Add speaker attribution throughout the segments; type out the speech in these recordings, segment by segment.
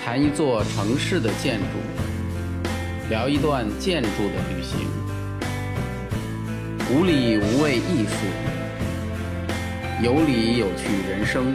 Speaker 1: 谈一座城市的建筑，聊一段建筑的旅行，无理无畏艺术，有理有趣人生。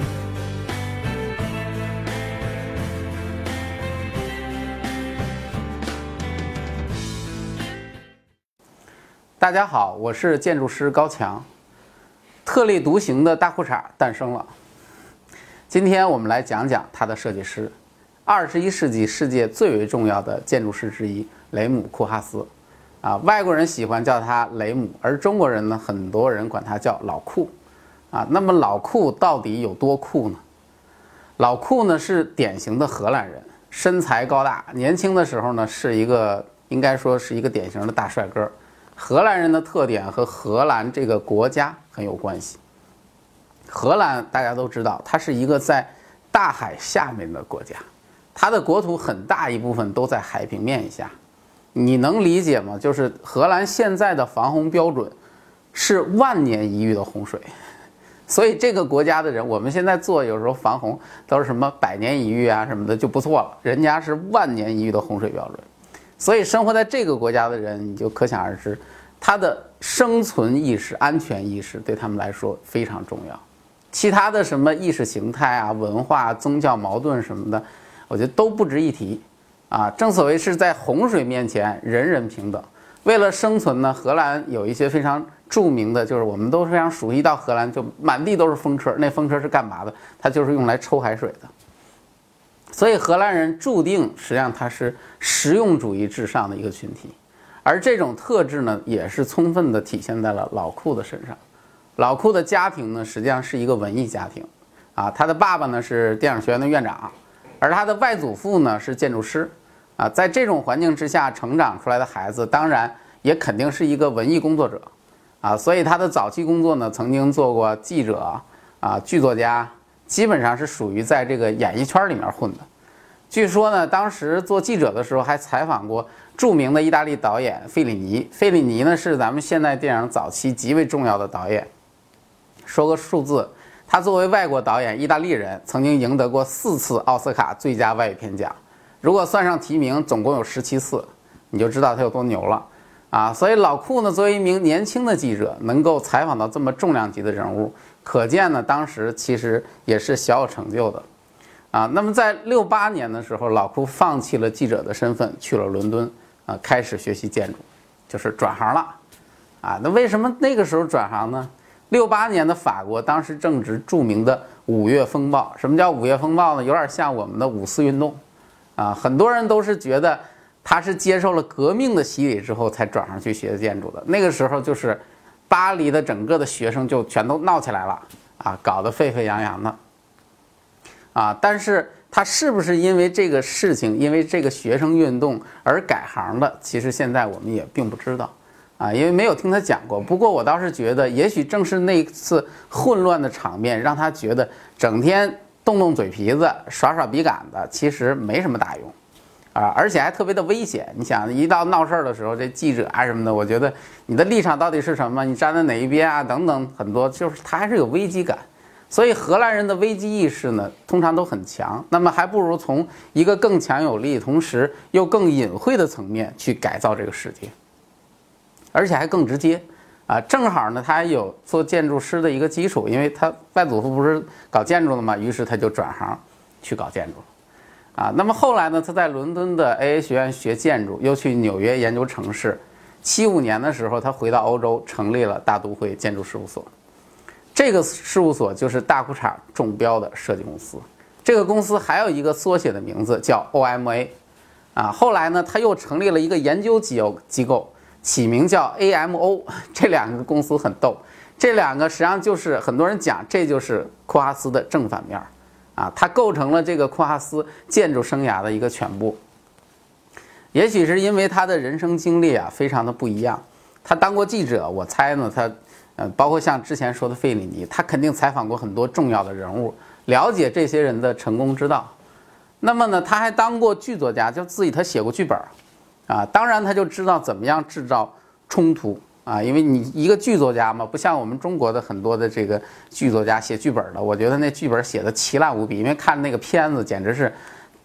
Speaker 1: 大家好，我是建筑师高强。特立独行的大裤衩诞生了。今天我们来讲讲他的设计师，21世纪世界最为重要的建筑师之一雷姆·库哈斯。外国人喜欢叫他雷姆，而中国人呢，很多人管他叫老库。那么老库到底有多酷呢？老库呢是典型的荷兰人，身材高大，年轻的时候呢应该说是一个典型的大帅哥。荷兰人的特点和荷兰这个国家很有关系。荷兰大家都知道，它是一个在大海下面的国家，它的国土很大一部分都在海平面以下。你能理解吗？就是荷兰现在的防洪标准是万年一遇的洪水，所以这个国家的人，我们现在做有时候防洪都是什么100年一遇啊什么的就不错了，人家是万年一遇的洪水标准。所以生活在这个国家的人，你就可想而知，他的生存意识、安全意识对他们来说非常重要。其他的什么意识形态啊、文化、宗教矛盾什么的，我觉得都不值一提。正所谓是在洪水面前人人平等。为了生存呢，荷兰有一些非常著名的，就是我们都非常熟悉，到荷兰就满地都是风车。那风车是干嘛的？它就是用来抽海水的。所以荷兰人注定实际上他是实用主义至上的一个群体，而这种特质呢，也是充分的体现在了老库的身上。老库的家庭呢，实际上是一个文艺家庭，他的爸爸呢是电影学院的院长，而他的外祖父呢是建筑师，在这种环境之下成长出来的孩子，当然也肯定是一个文艺工作者，所以他的早期工作呢，曾经做过记者，剧作家，基本上是属于在这个演艺圈里面混的。据说呢，当时做记者的时候还采访过著名的意大利导演费里尼。费里尼呢是咱们现代电影早期极为重要的导演。说个数字，他作为外国导演，意大利人，曾经赢得过4次奥斯卡最佳外语片奖。如果算上提名，总共有17次，你就知道他有多牛了。所以老库呢，作为一名年轻的记者，能够采访到这么重量级的人物，可见呢，当时其实也是小有成就的。那么在68年的时候，老库放弃了记者的身份，去了伦敦，开始学习建筑，就是转行了。那为什么那个时候转行呢？68年的法国当时正值著名的5月风暴。什么叫5月风暴呢？有点像我们的5四运动。很多人都是觉得他是接受了革命的洗礼之后才转行去学建筑的。那个时候就是巴黎的整个的学生就全都闹起来了，搞得沸沸扬扬的。但是他是不是因为这个事情，因为这个学生运动而改行的，其实现在我们也并不知道。因为没有听他讲过。不过我倒是觉得，也许正是那一次混乱的场面，让他觉得整天动动嘴皮子、耍耍笔杆的，其实没什么大用，而且还特别的危险。你想，一到闹事儿的时候，这记者什么的，我觉得你的立场到底是什么？你站在哪一边等等，很多就是他还是有危机感。所以荷兰人的危机意识呢，通常都很强。那么还不如从一个更强有力，同时又更隐晦的层面去改造这个世界。而且还更直接，正好呢，他有做建筑师的一个基础，因为他外祖父不是搞建筑的嘛，于是他就转行去搞建筑了，那么后来呢，他在伦敦的 AA 学院学建筑，又去纽约研究城市。75年的时候，他回到欧洲，成立了大都会建筑事务所。这个事务所就是大裤衩中标的设计公司。这个公司还有一个缩写的名字叫 OMA，后来呢，他又成立了一个研究机构。起名叫 AMO， 这2个公司很逗，这2个实际上就是很多人讲，这就是库哈斯的正反面它构成了这个库哈斯建筑生涯的一个全部。也许是因为他的人生经历非常的不一样，他当过记者，我猜呢，他包括像之前说的费里尼，他肯定采访过很多重要的人物，了解这些人的成功之道。那么呢，他还当过剧作家，就他写过剧本。当然他就知道怎么样制造冲突因为你一个剧作家嘛，不像我们中国的很多的这个剧作家写剧本的，我觉得那剧本写的奇烂无比，因为看那个片子简直是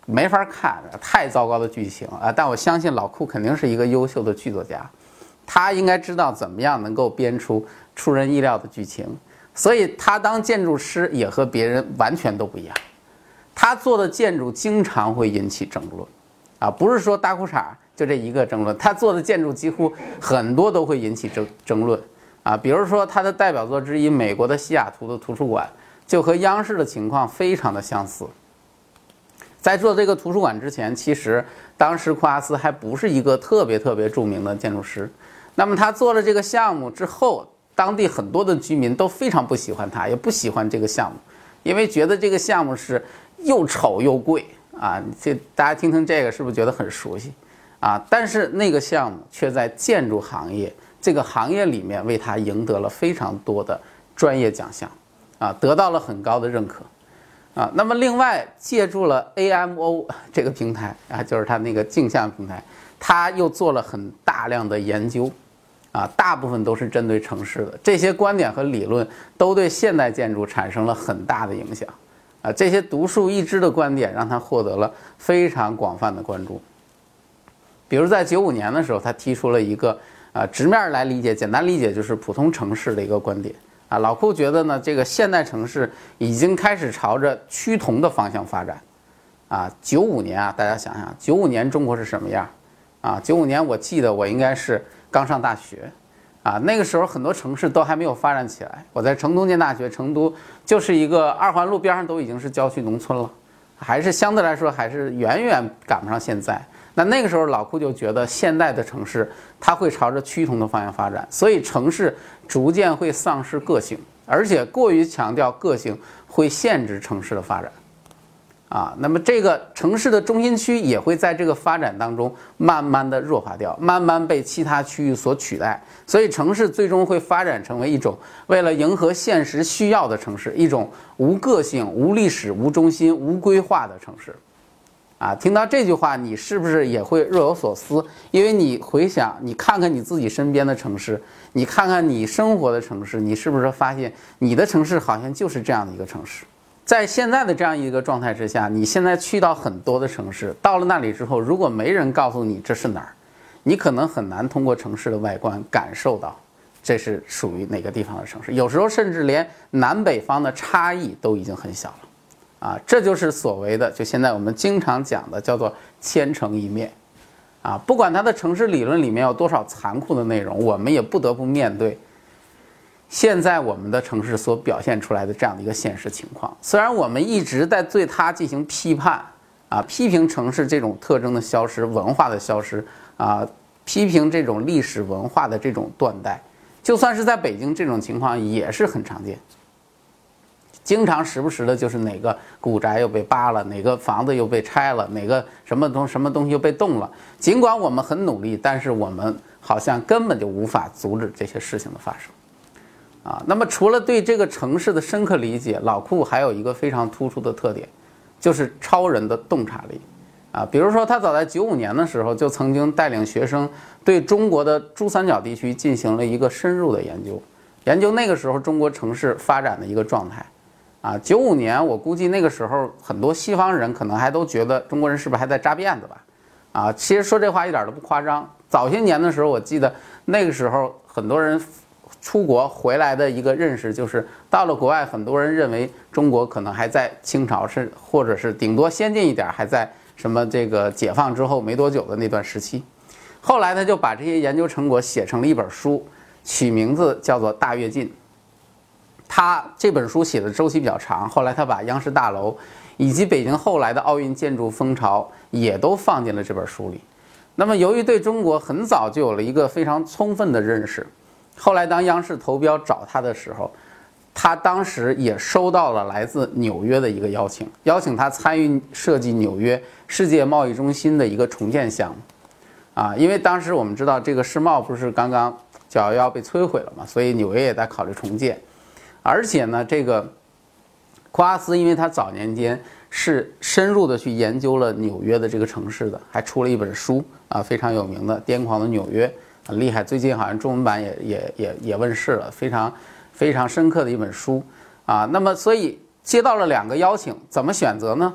Speaker 1: 没法看，太糟糕的剧情啊！但我相信老库肯定是一个优秀的剧作家，他应该知道怎么样能够编出出人意料的剧情，所以他当建筑师也和别人完全都不一样。他做的建筑经常会引起争论，啊，不是说大裤衩就这一个争论，他做的建筑几乎很多都会引起争论，啊，比如说他的代表作之一美国的西雅图的图书馆，就和央视的情况非常的相似。在做这个图书馆之前，其实当时库阿斯还不是一个特别著名的建筑师。那么他做了这个项目之后，当地很多的居民都非常不喜欢他，也不喜欢这个项目，因为觉得这个项目是又丑又贵啊。这大家听听这个是不是觉得很熟悉啊？但是那个项目却在建筑行业这个行业里面为他赢得了非常多的专业奖项啊，得到了很高的认可。啊，那么另外借助了 AMO 这个平台啊，就是它那个镜像平台，它又做了很大量的研究，啊，大部分都是针对城市的。这些观点和理论都对现代建筑产生了很大的影响，啊，这些独树一帜的观点让他获得了非常广泛的关注。比如在95年的时候，他提出了一个直面来理解，简单理解就是普通城市的一个观点。啊，老库觉得呢，这个现代城市已经开始朝着趋同的方向发展。啊，95年啊，大家想想，95年中国是什么样？啊，95年我记得我应该是刚上大学，啊，那个时候很多城市都还没有发展起来。我在成都念大学，成都就是一个2环路边上都已经是郊区农村了，还是相对来说还是远远赶不上现在。那个时候老库就觉得现代的城市它会朝着趋同的方向发展，所以城市逐渐会丧失个性，而且过于强调个性会限制城市的发展。啊，那么这个城市的中心区也会在这个发展当中慢慢的弱化掉，慢慢被其他区域所取代，所以城市最终会发展成为一种为了迎合现实需要的城市，一种无个性、无历史、无中心、无规划的城市。啊，听到这句话，你是不是也会若有所思？因为你回想，你看看你自己身边的城市，你看看你生活的城市，你是不是发现你的城市好像就是这样的一个城市？在现在的这样一个状态之下，你现在去到很多的城市，到了那里之后，如果没人告诉你这是哪儿，你可能很难通过城市的外观感受到这是属于哪个地方的城市。有时候甚至连南北方的差异都已经很小了。啊，这就是所谓的，就现在我们经常讲的，叫做千城一面。啊，不管它的城市理论里面有多少残酷的内容，我们也不得不面对现在我们的城市所表现出来的这样的一个现实情况。虽然我们一直在对它进行批判，啊，批评城市这种特征的消失、文化的消失，啊，批评这种历史文化的这种断代，就算是在北京，这种情况也是很常见。经常时不时的就是哪个古宅又被扒了，哪个房子又被拆了，哪个什么东西又被动了。尽管我们很努力，但是我们好像根本就无法阻止这些事情的发生。啊，那么除了对这个城市的深刻理解，老库还有一个非常突出的特点，就是超人的洞察力。啊，比如说他早在95年的时候就曾经带领学生对中国的珠三角地区进行了一个深入的研究，研究那个时候中国城市发展的一个状态。啊，95年，我估计那个时候很多西方人可能还都觉得中国人是不是还在扎辫子吧？啊，其实说这话一点都不夸张。早些年的时候，我记得那个时候很多人出国回来的一个认识就是，到了国外，很多人认为中国可能还在清朝，或者是顶多先进一点，还在什么这个解放之后没多久的那段时期。后来他就把这些研究成果写成了一本书，取名字叫做《大跃进》。他这本书写的周期比较长，后来他把央视大楼以及北京后来的奥运建筑风潮也都放进了这本书里。那么由于对中国很早就有了一个非常充分的认识，后来当央视投标找他的时候，他当时也收到了来自纽约的一个邀请他参与设计纽约世界贸易中心的一个重建项目。啊，因为当时我们知道这个世贸不是刚刚911被摧毁了嘛，所以纽约也在考虑重建。而且呢，这个库阿斯因为他早年间是深入的去研究了纽约的这个城市的，还出了一本书啊，非常有名的《癫狂的纽约》，很厉害。最近好像中文版也问世了，非常深刻的一本书啊。那么所以接到了2个邀请，怎么选择呢？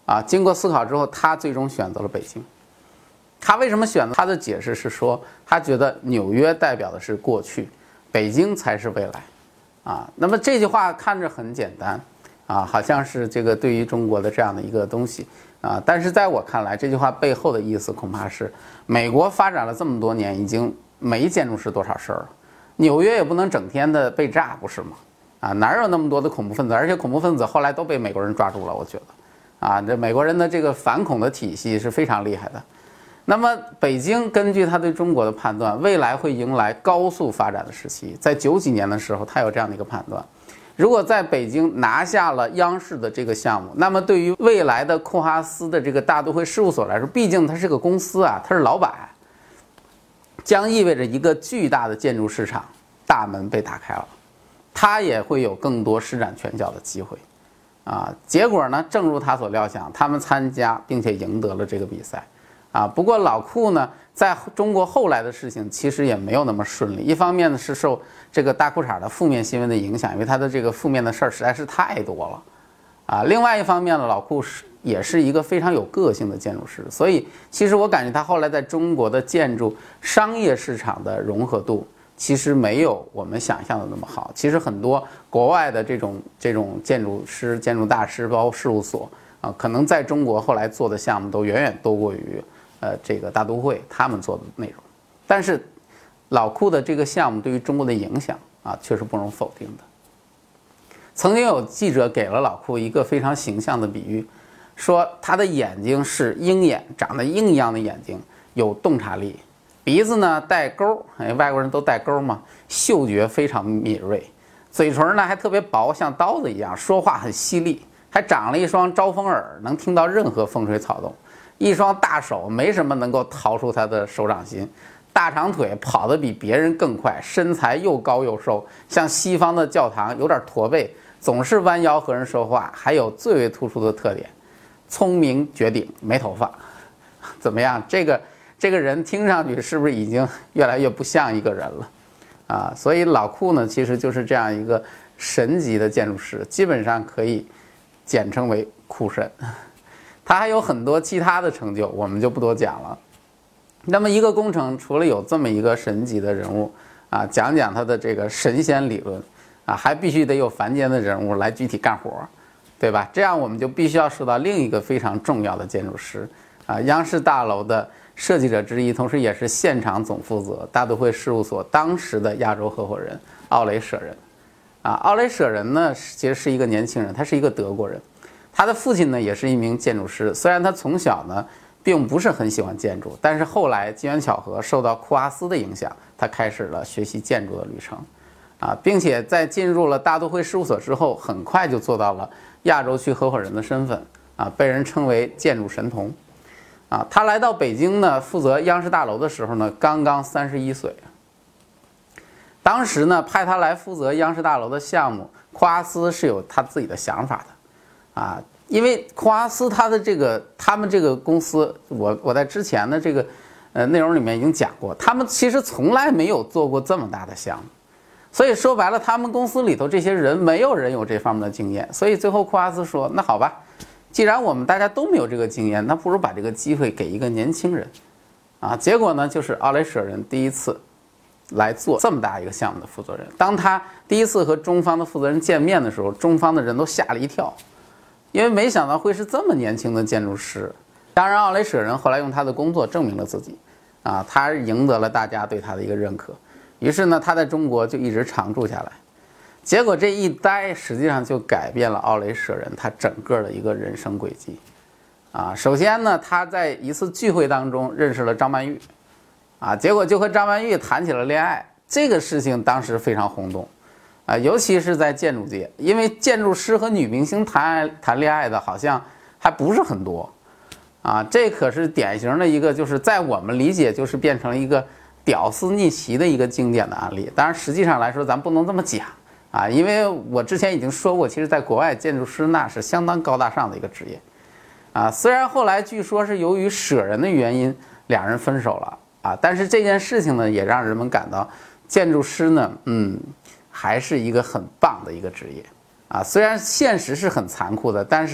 Speaker 1: 经过思考之后，他最终选择了北京。他为什么选择？他的解释是说，他觉得纽约代表的是过去，北京才是未来。那么这句话看着很简单，好像是这个对于中国的这样的一个东西，但是在我看来，这句话背后的意思恐怕是，美国发展了这么多年，已经没建筑师多少事儿了，纽约也不能整天的被炸，不是吗？哪有那么多的恐怖分子？而且恐怖分子后来都被美国人抓住了，我觉得，这美国人的这个反恐的体系是非常厉害的。那么北京根据他对中国的判断，未来会迎来高速发展的时期，在90几年的时候，他有这样的一个判断。如果在北京拿下了央视的这个项目，那么对于未来的库哈斯的这个大都会事务所来说，毕竟它是个公司啊，它是老板，将意味着一个巨大的建筑市场大门被打开了，他也会有更多施展拳脚的机会。结果呢，正如他所料想，他们参加并且赢得了这个比赛。不过老库呢，在中国后来的事情其实也没有那么顺利。一方面呢是受这个大裤衩的负面新闻的影响，因为他的这个负面的事儿实在是太多了。另外一方面呢，老库也是一个非常有个性的建筑师，所以其实我感觉他后来在中国的建筑商业市场的融合度其实没有我们想象的那么好。其实很多国外的这种建筑师、建筑大师包括事务所可能在中国后来做的项目都远远多过于这个大都会他们做的内容。但是老库的这个项目对于中国的影响确实不容否定的。曾经有记者给了老库一个非常形象的比喻，说他的眼睛是鹰眼，长得鹰一样的眼睛，有洞察力，鼻子呢带钩，外国人都带钩嘛，嗅觉非常敏锐，嘴唇呢还特别薄，像刀子一样，说话很犀利，还长了一双招风耳，能听到任何风吹草动，一双大手，没什么能够逃出他的手掌心，大长腿，跑得比别人更快，身材又高又瘦，像西方的教堂，有点驼背，总是弯腰和人说话，还有最为突出的特点，聪明绝顶，没头发。怎么样？这个人听上去是不是已经越来越不像一个人了？所以老库呢，其实就是这样一个神级的建筑师，基本上可以简称为库神。他还有很多其他的成就，我们就不多讲了。那么一个工程除了有这么一个神级的人物讲讲他的这个神仙理论还必须得有凡间的人物来具体干活，对吧？这样我们就必须要说到另一个非常重要的建筑师央视大楼的设计者之一，同时也是现场总负责，大都会事务所当时的亚洲合伙人奥雷舍人。奥雷舍人呢，其实是一个年轻人，他是一个德国人，他的父亲呢也是一名建筑师，虽然他从小呢并不是很喜欢建筑，但是后来机缘巧合受到库哈斯的影响，他开始了学习建筑的旅程并且在进入了大都会事务所之后，很快就做到了亚洲区合伙人的身份被人称为建筑神童他来到北京呢，负责央视大楼的时候呢，刚刚31岁。当时呢，派他来负责央视大楼的项目，库哈斯是有他自己的想法的因为库哈斯他们这个公司，我在之前的这个内容里面已经讲过，他们其实从来没有做过这么大的项目，所以说白了，他们公司里头这些人没有人有这方面的经验，所以最后库哈斯说，那好吧，既然我们大家都没有这个经验，那不如把这个机会给一个年轻人结果呢，就是奥雷舍人第一次来做这么大一个项目的负责人。当他第一次和中方的负责人见面的时候，中方的人都吓了一跳，因为没想到会是这么年轻的建筑师。当然奥雷舍人后来用他的工作证明了自己他赢得了大家对他的一个认可，于是呢他在中国就一直常住下来。结果这一待实际上就改变了奥雷舍人他整个的一个人生轨迹首先呢，他在一次聚会当中认识了张曼玉结果就和张曼玉谈起了恋爱，这个事情当时非常轰动尤其是在建筑界，因为建筑师和女明星谈恋爱的好像还不是很多这可是典型的一个，就是在我们理解就是变成了一个屌丝逆袭的一个经典的案例。当然实际上来说咱不能这么讲因为我之前已经说过，其实在国外建筑师那是相当高大上的一个职业虽然后来据说是由于舍人的原因两人分手了但是这件事情呢，也让人们感到建筑师呢还是一个很棒的一个职业虽然现实是很残酷的，但是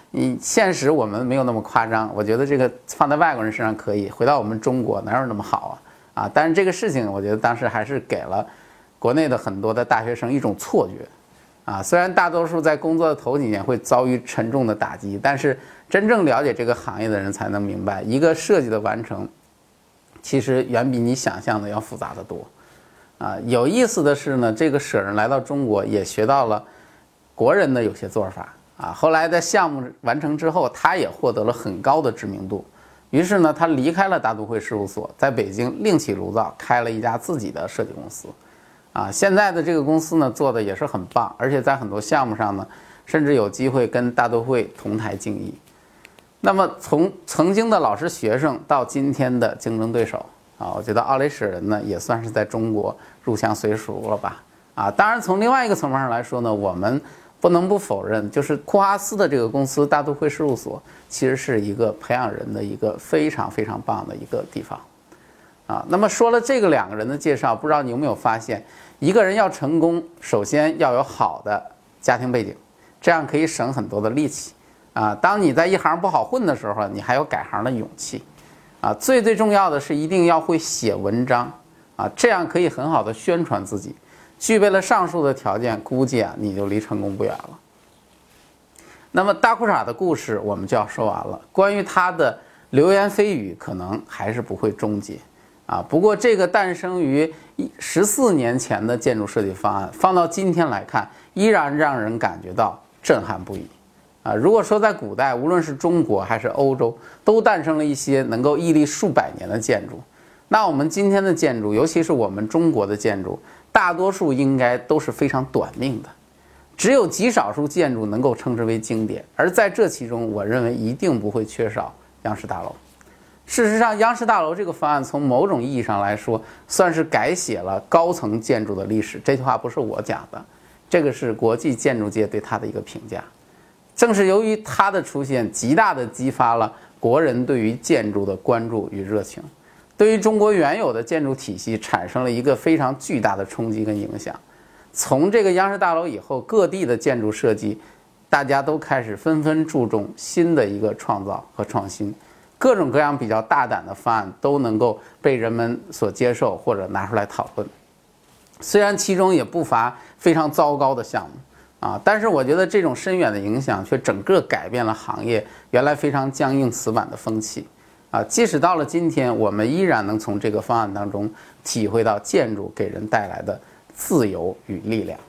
Speaker 1: 你现实我们没有那么夸张，我觉得这个放在外国人身上可以，回到我们中国哪有那么好啊？但是这个事情，我觉得当时还是给了国内的很多的大学生一种错觉。虽然大多数在工作的头几年会遭遇沉重的打击，但是真正了解这个行业的人才能明白，一个设计的完成，其实远比你想象的要复杂得多。有意思的是呢，这个舍人来到中国也学到了国人的有些做法后来在项目完成之后，他也获得了很高的知名度。于是呢，他离开了大都会事务所，在北京另起炉灶，开了一家自己的设计公司。现在的这个公司呢，做的也是很棒，而且在很多项目上呢，甚至有机会跟大都会同台竞艺。那么从曾经的老师学生到今天的竞争对手我觉得奥雷舍人呢，也算是在中国入乡随俗了吧当然从另外一个层面上来说呢，我们不能不否认，就是库哈斯的这个公司大都会事务所其实是一个培养人的一个非常非常棒的一个地方那么说了这个两个人的介绍，不知道你有没有发现，一个人要成功，首先要有好的家庭背景，这样可以省很多的力气当你在一行不好混的时候，你还有改行的勇气最重要的是一定要会写文章这样可以很好的宣传自己。具备了上述的条件，估计你就离成功不远了。那么大裤衩的故事我们就要说完了，关于他的流言蜚语可能还是不会终结不过这个诞生于14年前的建筑设计方案，放到今天来看，依然让人感觉到震撼不已如果说在古代，无论是中国还是欧洲，都诞生了一些能够屹立数百年的建筑，那我们今天的建筑，尤其是我们中国的建筑，大多数应该都是非常短命的，只有极少数建筑能够称之为经典，而在这其中，我认为一定不会缺少央视大楼。事实上，央视大楼这个方案从某种意义上来说，算是改写了高层建筑的历史。这句话不是我讲的，这个是国际建筑界对它的一个评价。正是由于它的出现，极大地激发了国人对于建筑的关注与热情，对于中国原有的建筑体系产生了一个非常巨大的冲击跟影响。从这个央视大楼以后，各地的建筑设计，大家都开始纷纷注重新的一个创造和创新，各种各样比较大胆的方案都能够被人们所接受或者拿出来讨论。虽然其中也不乏非常糟糕的项目但是我觉得这种深远的影响却整个改变了行业原来非常僵硬死板的风气即使到了今天，我们依然能从这个方案当中体会到建筑给人带来的自由与力量。